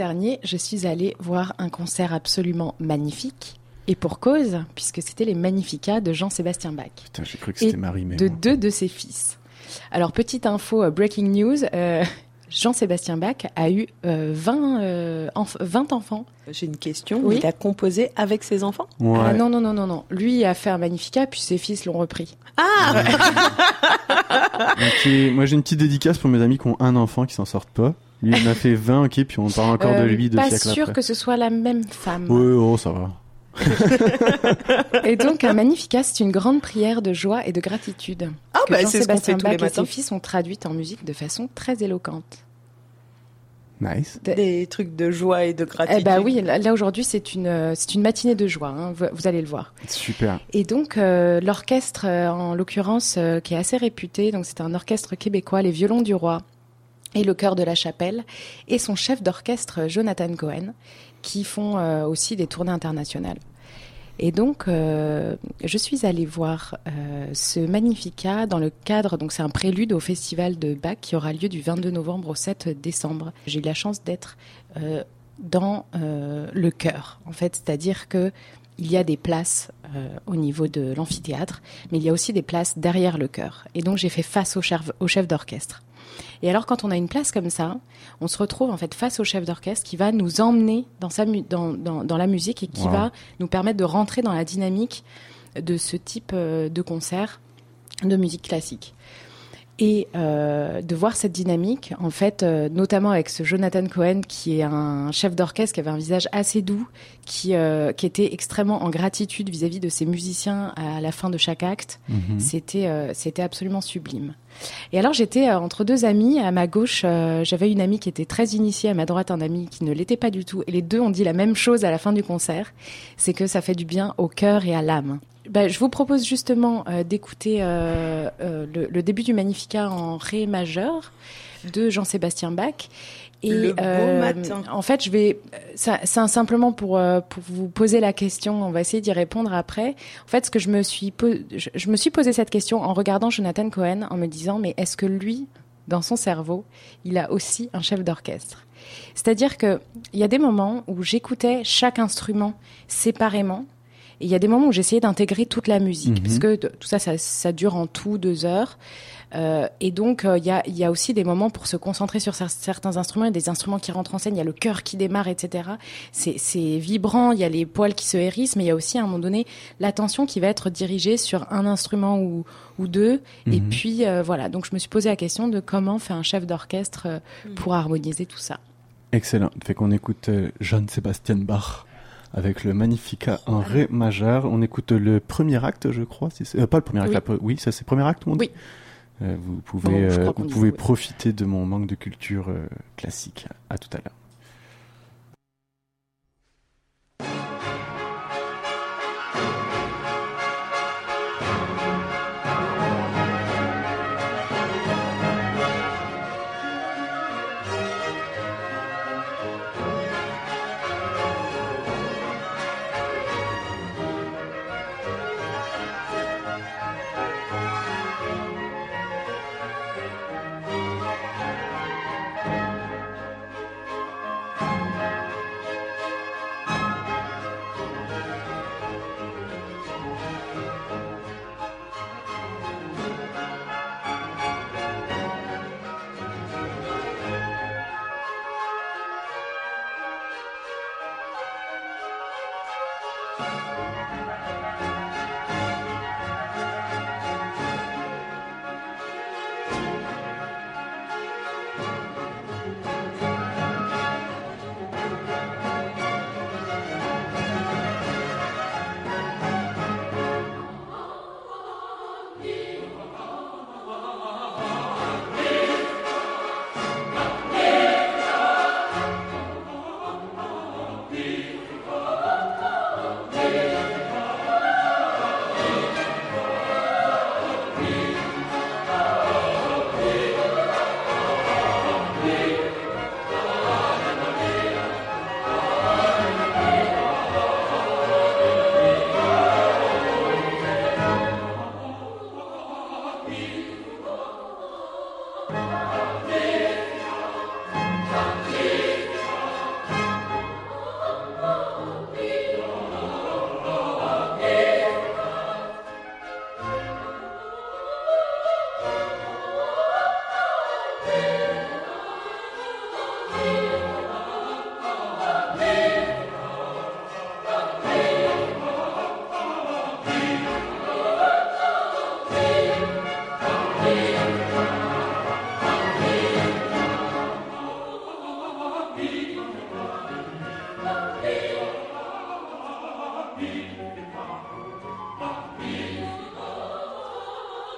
dernier, je suis allée voir un concert absolument magnifique. Et pour cause, puisque c'était les Magnificat de Jean-Sébastien Bach. Putain, j'ai cru que c'était Marie, mais de 2 de ses fils. Alors, petite info, breaking news, Jean-Sébastien Bach a eu 20 enfants. J'ai une question. Oui. Il a composé avec ses enfants ? Ouais. Ah non. Lui a fait un Magnificat, puis ses fils l'ont repris. Ah Ok, moi j'ai une petite dédicace pour mes amis qui ont un enfant qui s'en sortent pas. Lui il en a fait 20, ok, puis on parle encore de lui 2 siècles après. Pas sûr que ce soit la même femme. Oui, oh, ça va. Et donc, un Magnificat, c'est une grande prière de joie et de gratitude. Ah, que bah, c'est ce qu'on fait Jean-Sébastien tous les Bach et matins. ses fils ont traduite en musique de façon très éloquente. Nice. Des trucs de joie et de gratitude. Eh ben oui, là aujourd'hui, c'est une matinée de joie, hein, vous allez le voir. Super. Et donc, l'orchestre, en l'occurrence, qui est assez réputé, donc c'est un orchestre québécois, les Violons du Roi et le Chœur de la Chapelle, et son chef d'orchestre, Jonathan Cohen, qui font aussi des tournées internationales. Et donc, je suis allée voir ce Magnificat dans le cadre, donc c'est un prélude au festival de Bach qui aura lieu du 22 novembre au 7 décembre. J'ai eu la chance d'être dans le chœur, en fait, c'est-à-dire que il y a des places au niveau de l'amphithéâtre, mais il y a aussi des places derrière le chœur. Et donc, j'ai fait face au chef d'orchestre. Et alors, quand on a une place comme ça, on se retrouve en fait face au chef d'orchestre qui va nous emmener dans la musique et qui va nous permettre de rentrer dans la dynamique de ce type de concert de musique classique. Et de voir cette dynamique, en fait, notamment avec ce Jonathan Cohen, qui est un chef d'orchestre, qui avait un visage assez doux, qui était extrêmement en gratitude vis-à-vis de ses musiciens à la fin de chaque acte. Mm-hmm. C'était absolument sublime. Et alors, j'étais entre 2 amis. À ma gauche, j'avais une amie qui était très initiée, à ma droite, un ami qui ne l'était pas du tout. Et les deux ont dit la même chose à la fin du concert, c'est que ça fait du bien au cœur et à l'âme. Je vous propose justement d'écouter le début du Magnificat en ré majeur de Jean-Sébastien Bach. Et le beau matin. En fait, c'est simplement pour vous poser la question. On va essayer d'y répondre après. En fait, ce que je me suis posé cette question en regardant Jonathan Cohen, en me disant mais est-ce que lui, dans son cerveau, il a aussi un chef d'orchestre ? C'est-à-dire que il y a des moments où j'écoutais chaque instrument séparément. Et il y a des moments où j'essayais d'intégrer toute la musique, parce que tout ça dure en tout 2 heures. Et donc, il y a aussi des moments pour se concentrer sur certains instruments. Il y a des instruments qui rentrent en scène, il y a le chœur qui démarre, etc. C'est vibrant, il y a les poils qui se hérissent, mais il y a aussi, à un moment donné, l'attention qui va être dirigée sur un instrument ou 2. Et puis, voilà. Donc, je me suis posé la question de comment fait un chef d'orchestre pour harmoniser tout ça. Excellent. Fait qu'on écoute Jean-Sébastien Bach avec le Magnificat en ré majeur. On écoute le premier acte, je crois. Pas le premier acte. Oui, ça c'est le premier acte, on dit. Oui. Vous pouvez profiter de mon manque de culture classique. À tout à l'heure.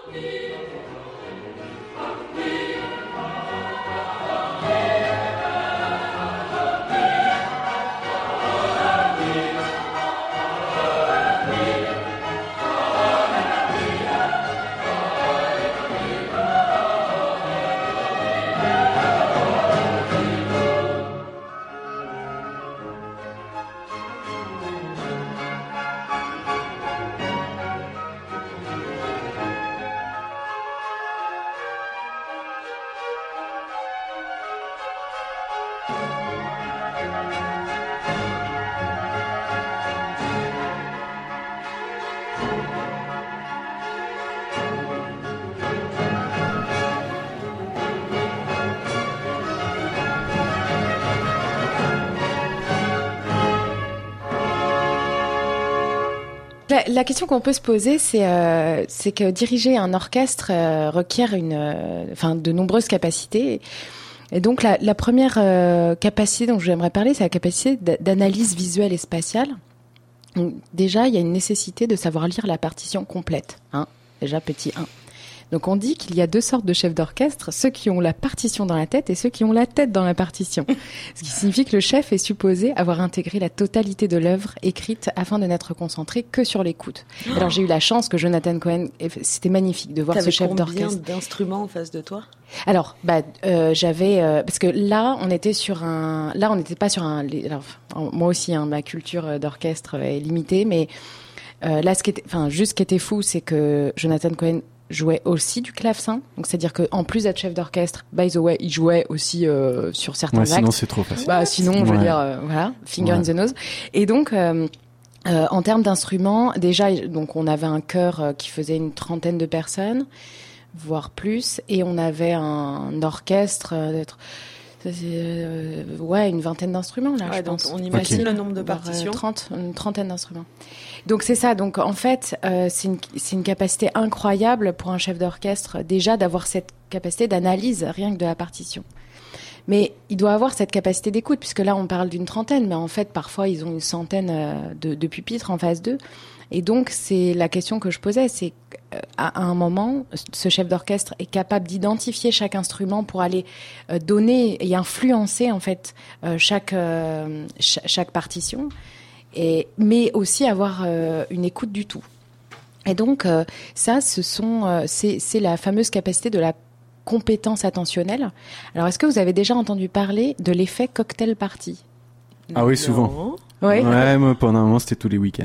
La question qu'on peut se poser, c'est que diriger un orchestre requiert de nombreuses capacités. Et donc, la première capacité dont j'aimerais parler, c'est la capacité d'analyse visuelle et spatiale. Donc, déjà, il y a une nécessité de savoir lire la partition complète. Déjà, petit 1. Donc on dit qu'il y a deux sortes de chefs d'orchestre, ceux qui ont la partition dans la tête et ceux qui ont la tête dans la partition. Ce qui signifie que le chef est supposé avoir intégré la totalité de l'œuvre écrite afin de n'être concentré que sur l'écoute. Alors j'ai eu la chance que Jonathan Cohen, c'était magnifique de voir ce chef d'orchestre. Combien d'instruments en face de toi ? Alors, j'avais parce que là, on n'était pas sur un. Alors, moi aussi, ma culture d'orchestre est limitée, mais là, ce qui était fou, c'est que Jonathan Cohen jouait aussi du clavecin, donc c'est-à-dire que en plus d'être chef d'orchestre, by the way, il jouait aussi sur certains actes. Sinon c'est trop facile. Sinon, je veux dire, voilà, finger in the nose. Et donc. En termes d'instruments, déjà, donc on avait un chœur qui faisait une 30aine de personnes, voire plus, et on avait un orchestre une 20aine d'instruments là, je pense. On imagine le nombre de partitions. Une 30aine d'instruments. Donc c'est ça. Donc en fait, c'est une capacité incroyable pour un chef d'orchestre déjà d'avoir cette capacité d'analyse rien que de la partition. Mais il doit avoir cette capacité d'écoute, puisque là, on parle d'une 30aine, mais en fait, parfois, ils ont une 100aine de pupitres en face d'eux. Et donc, c'est la question que je posais, c'est qu'à un moment, ce chef d'orchestre est capable d'identifier chaque instrument pour aller donner et influencer, en fait, chaque partition, mais aussi avoir une écoute du tout. Et donc, ça, c'est la fameuse capacité de la compétence attentionnelle. Alors, est-ce que vous avez déjà entendu parler de l'effet cocktail party ? Ah oui, souvent. Oui. Ouais, moi, pendant un moment, c'était tous les week-ends.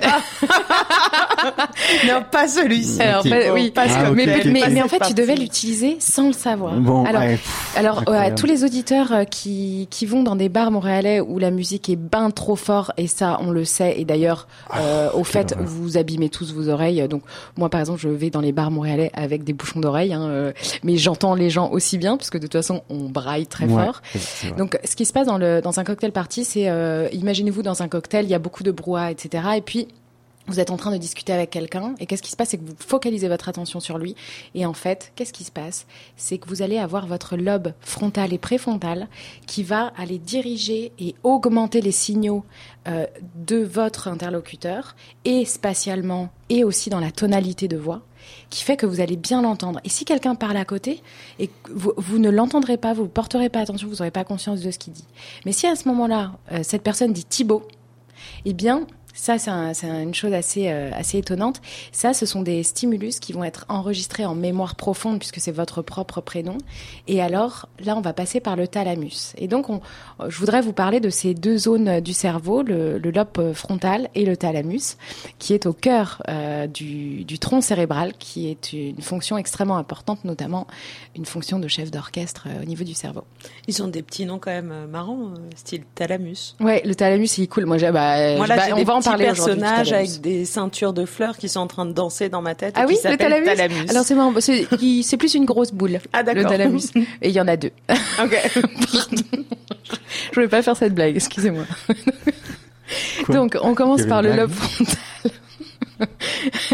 Non, pas celui-ci. Alors, oui, mais en fait, tu devais parti. l'utiliser sans le savoir. Bon, alors tous les auditeurs qui vont dans des bars montréalais où la musique est ben trop fort, et ça, on le sait, et d'ailleurs, au fait, vous abîmez tous vos oreilles. Donc, moi, par exemple, je vais dans les bars montréalais avec des bouchons d'oreilles, mais j'entends les gens aussi bien, parce que de toute façon, on braille très fort. Donc, ce qui se passe dans un cocktail party, c'est, imaginez-vous dans un cocktail, il y a beaucoup de brouhaha, etc. Et puis, vous êtes en train de discuter avec quelqu'un, et qu'est-ce qui se passe? C'est que vous focalisez votre attention sur lui, et en fait, qu'est-ce qui se passe? C'est que vous allez avoir votre lobe frontal et préfrontal qui va aller diriger et augmenter les signaux de votre interlocuteur, et spatialement, et aussi dans la tonalité de voix, qui fait que vous allez bien l'entendre. Et si quelqu'un parle à côté, et que vous ne l'entendrez pas, vous ne porterez pas attention, vous n'aurez pas conscience de ce qu'il dit. Mais si à ce moment-là, cette personne dit Thibaut, eh bien, ça, c'est une chose assez étonnante. Ça, ce sont des stimulus qui vont être enregistrés en mémoire profonde, puisque c'est votre propre prénom. Et alors, là, on va passer par le thalamus. Et donc, je voudrais vous parler de ces deux zones du cerveau, le lobe frontal et le thalamus, qui est au cœur du tronc cérébral, qui est une fonction extrêmement importante, notamment une fonction de chef d'orchestre au niveau du cerveau. Ils ont des petits noms quand même marrants, style thalamus. Ouais, le thalamus, il est cool. Moi, on va en parler aujourd'hui. Personnages avec des ceintures de fleurs qui sont en train de danser dans ma tête. Ah et oui, qui s'appelle le thalamus. Alors c'est marrant, c'est plus une grosse boule. Ah d'accord. Le thalamus. Et il y en a deux. Ok. Pardon. Je voulais pas faire cette blague, excusez-moi. Donc on commence par le lobe frontal.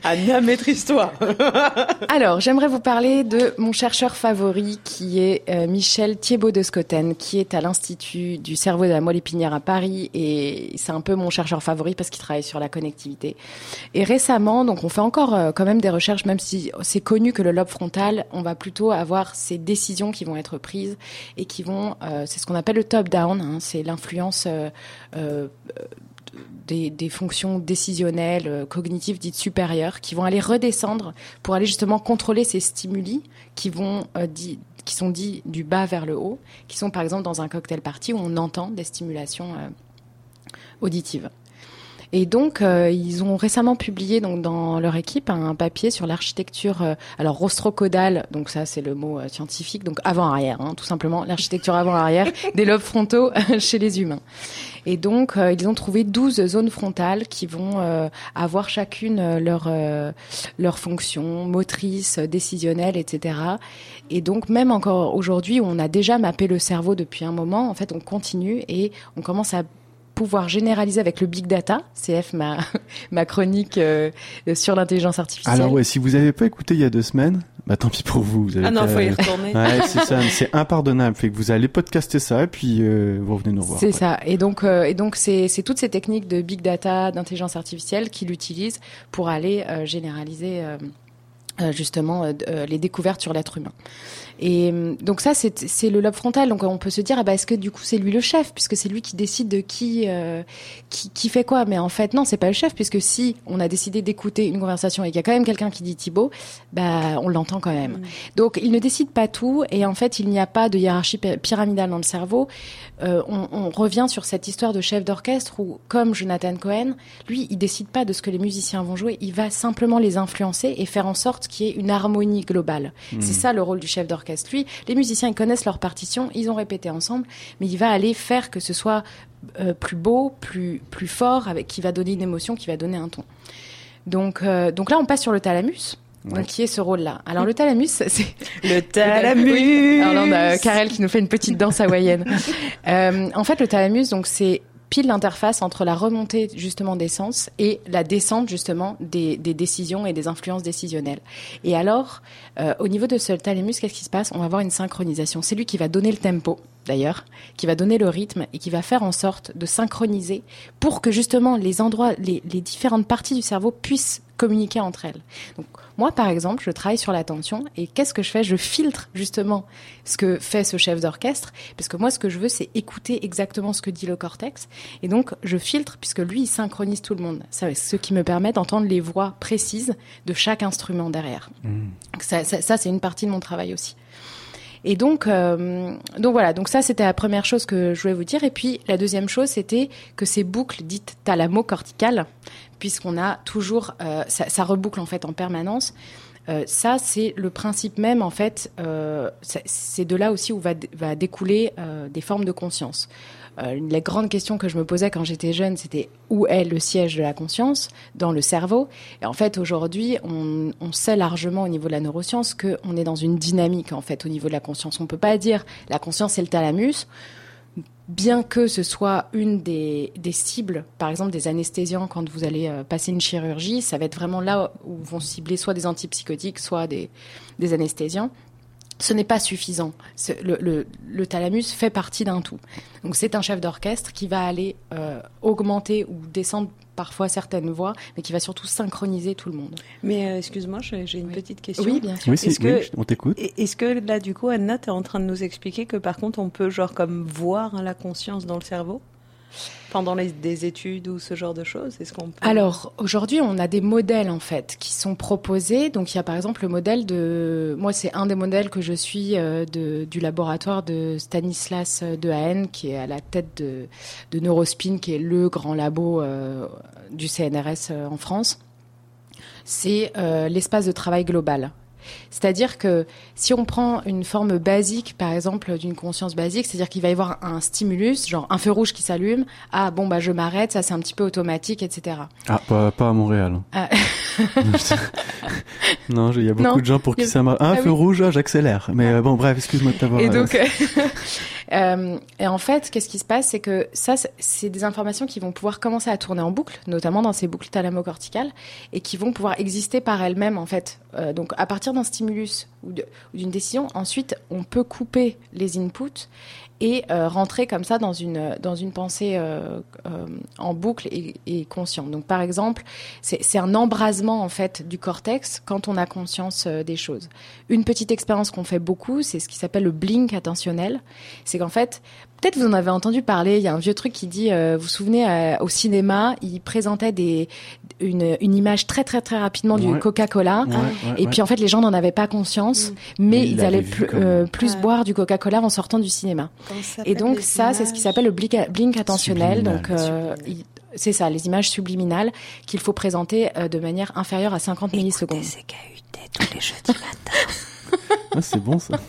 Anna, maîtrise-toi. Alors, j'aimerais vous parler de mon chercheur favori qui est Michel Thiebaud de Scoten, qui est à l'Institut du cerveau et de la moelle épinière à Paris, et c'est un peu mon chercheur favori parce qu'il travaille sur la connectivité. Et récemment, donc on fait encore quand même des recherches, même si c'est connu que le lobe frontal, on va plutôt avoir ces décisions qui vont être prises et qui vont, c'est ce qu'on appelle le top-down, hein, c'est l'influence des fonctions décisionnelles, cognitives dites supérieures, qui vont aller redescendre pour aller justement contrôler ces stimuli qui vont qui sont dits du bas vers le haut, qui sont par exemple dans un cocktail party où on entend des stimulations auditives. Et donc, ils ont récemment publié donc dans leur équipe un papier sur l'architecture, alors rostrocaudale, donc ça c'est le mot scientifique, donc avant-arrière, hein, tout simplement, l'architecture avant-arrière des lobes frontaux chez les humains. Et donc, ils ont trouvé 12 zones frontales qui vont avoir chacune leur fonction motrice, décisionnelle, etc. Et donc, même encore aujourd'hui, où on a déjà mappé le cerveau depuis un moment, en fait, on continue et on commence à pouvoir généraliser avec le big data, CF ma chronique sur l'intelligence artificielle. Alors ouais, si vous n'avez pas écouté il y a 2 semaines, bah tant pis pour vous. Vous avez faut y retourner. Ouais, c'est ça, c'est impardonnable. Fait que vous allez podcaster ça et puis vous revenez nous revoir. C'est ça. Et donc c'est toutes ces techniques de big data, d'intelligence artificielle qu'il utilise pour aller généraliser justement les découvertes sur l'être humain. Et donc ça, c'est le lobe frontal. Donc on peut se dire, est-ce que du coup c'est lui le chef, puisque c'est lui qui décide de qui fait quoi. Mais en fait, non, c'est pas le chef, puisque si on a décidé d'écouter une conversation et qu'il y a quand même quelqu'un qui dit Thibaut, on l'entend quand même. Donc il ne décide pas tout, et en fait il n'y a pas de hiérarchie pyramidale dans le cerveau. On revient sur cette histoire de chef d'orchestre où, comme Jonathan Cohen, lui, il décide pas de ce que les musiciens vont jouer, il va simplement les influencer et faire en sorte qu'il y ait une harmonie globale. C'est ça le rôle du chef d'orchestre. Lui, les musiciens, ils connaissent leur partition, ils ont répété ensemble, mais il va aller faire que ce soit plus beau, plus fort, qui va donner une émotion, qui va donner un ton. Donc là, on passe sur le thalamus. Donc, qui est ce rôle-là. Alors, le thalamus, c'est... Le thalamus! Oui. Alors là, on a Karel qui nous fait une petite danse hawaïenne. En fait, le thalamus, donc, c'est pile l'interface entre la remontée, justement, des sens et la descente, justement, des décisions et des influences décisionnelles. Et alors, au niveau de ce thalamus, qu'est-ce qui se passe? On va avoir une synchronisation. C'est lui qui va donner le tempo, d'ailleurs, qui va donner le rythme et qui va faire en sorte de synchroniser pour que, justement, les endroits, les différentes parties du cerveau puissent communiquer entre elles. Donc, moi, par exemple, je travaille sur l'attention et qu'est-ce que je fais? Je filtre justement ce que fait ce chef d'orchestre, parce que moi, ce que je veux, c'est écouter exactement ce que dit le cortex. Et donc, je filtre puisque lui, il synchronise tout le monde. Ça, ce qui me permet d'entendre les voix précises de chaque instrument derrière. Donc ça, c'est une partie de mon travail aussi. Et donc voilà, donc ça c'était la première chose que je voulais vous dire. Et puis la deuxième chose, c'était que ces boucles dites thalamo-corticales, puisqu'on a toujours, ça reboucle en fait en permanence. Ça c'est le principe même en fait. C'est de là aussi où va découler des formes de conscience. La grande question que je me posais quand j'étais jeune, c'était où est le siège de la conscience dans le cerveau? Et en fait, aujourd'hui, on sait largement au niveau de la neuroscience qu'on est dans une dynamique en fait au niveau de la conscience. On peut pas dire la conscience c'est le thalamus, bien que ce soit une des cibles, par exemple des anesthésiens quand vous allez passer une chirurgie, ça va être vraiment là où vont cibler soit des antipsychotiques, soit des anesthésiens. Ce n'est pas suffisant. Le thalamus fait partie d'un tout. Donc c'est un chef d'orchestre qui va aller augmenter ou descendre parfois certaines voix, mais qui va surtout synchroniser tout le monde. Mais excuse-moi, j'ai une petite question. Oui, bien sûr. Oui, on t'écoute. Est-ce que là, du coup, Anna, tu es en train de nous expliquer que par contre, on peut genre comme voir la conscience dans le cerveau pendant des études ou ce genre de choses? Est-ce qu'on peut... Alors, aujourd'hui, on a des modèles, en fait, qui sont proposés. Donc, il y a par exemple le modèle de... Moi, c'est un des modèles que je suis du laboratoire de Stanislas Dehaene, qui est à la tête de Neurospin, qui est le grand labo du CNRS en France. C'est l'espace de travail global. C'est-à-dire que si on prend une forme basique, par exemple, d'une conscience basique, c'est-à-dire qu'il va y avoir un stimulus, genre un feu rouge qui s'allume, je m'arrête, ça c'est un petit peu automatique, etc. Ah, pas à Montréal. Non, il y a beaucoup de gens pour qui ça marche. Feu rouge, j'accélère. Mais bon, bref, excuse-moi de t'avoir... Et donc, et en fait, qu'est-ce qui se passe, c'est que ça, c'est des informations qui vont pouvoir commencer à tourner en boucle, notamment dans ces boucles thalamo-corticales, et qui vont pouvoir exister par elles-mêmes, en fait. Donc, à partir d'un stimulus ou d'une décision, ensuite, on peut couper les inputs et rentrer comme ça dans une pensée en boucle et consciente. Donc, par exemple, c'est un embrasement, en fait, du cortex quand on a conscience des choses. Une petite expérience qu'on fait beaucoup, c'est ce qui s'appelle le blink attentionnel. C'est qu'en fait, peut-être vous en avez entendu parler, il y a un vieux truc qui dit, vous vous souvenez, au cinéma, il présentait une image très très très rapidement du Coca-Cola, puis en fait les gens n'en avaient pas conscience, mais ils allaient plus boire du Coca-Cola en sortant du cinéma. Et donc ça, c'est ce qui s'appelle le blink attentionnel. Donc c'est ça, les images subliminales qu'il faut présenter de manière inférieure à 50 millisecondes. Écoutez CKUT tous les jeudis matins. C'est bon ça.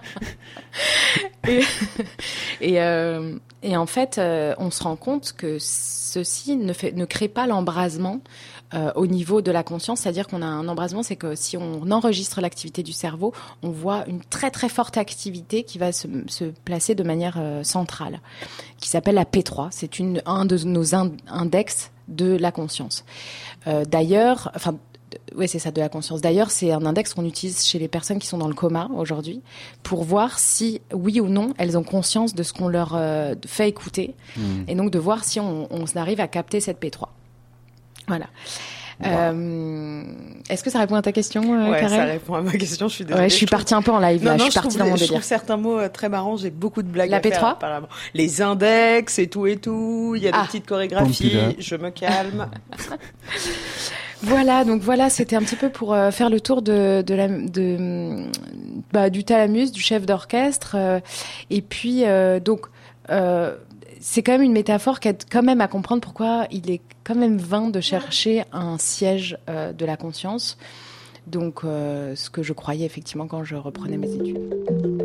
Et en fait, on se rend compte que ceci ne crée pas l'embrasement au niveau de la conscience. C'est-à-dire qu'on a un embrasement, c'est que si on enregistre l'activité du cerveau, on voit une très très forte activité qui va se placer de manière centrale, qui s'appelle la P3. C'est un de nos index de la conscience. D'ailleurs, oui, c'est ça, de la conscience. D'ailleurs, c'est un index qu'on utilise chez les personnes qui sont dans le coma aujourd'hui pour voir si, oui ou non, elles ont conscience de ce qu'on leur fait écouter. Et donc de voir si on arrive à capter cette P3. Voilà. Wow. Est-ce que ça répond à ta question, Karel ? Ça répond à ma question, je suis désolée. Ouais, je suis partie un peu en live, là. Je suis partie dans mon délire. Je trouve certains mots très marrants, j'ai beaucoup de blagues à faire. La P3 apparemment. Les index et tout, il y a des petites chorégraphies, je me calme. Voilà, donc voilà, c'était un petit peu pour faire le tour du thalamus, du chef d'orchestre, et puis donc c'est quand même une métaphore qui aide quand même à comprendre pourquoi il est quand même vain de chercher un siège de la conscience. Donc ce que je croyais effectivement quand je reprenais mes études.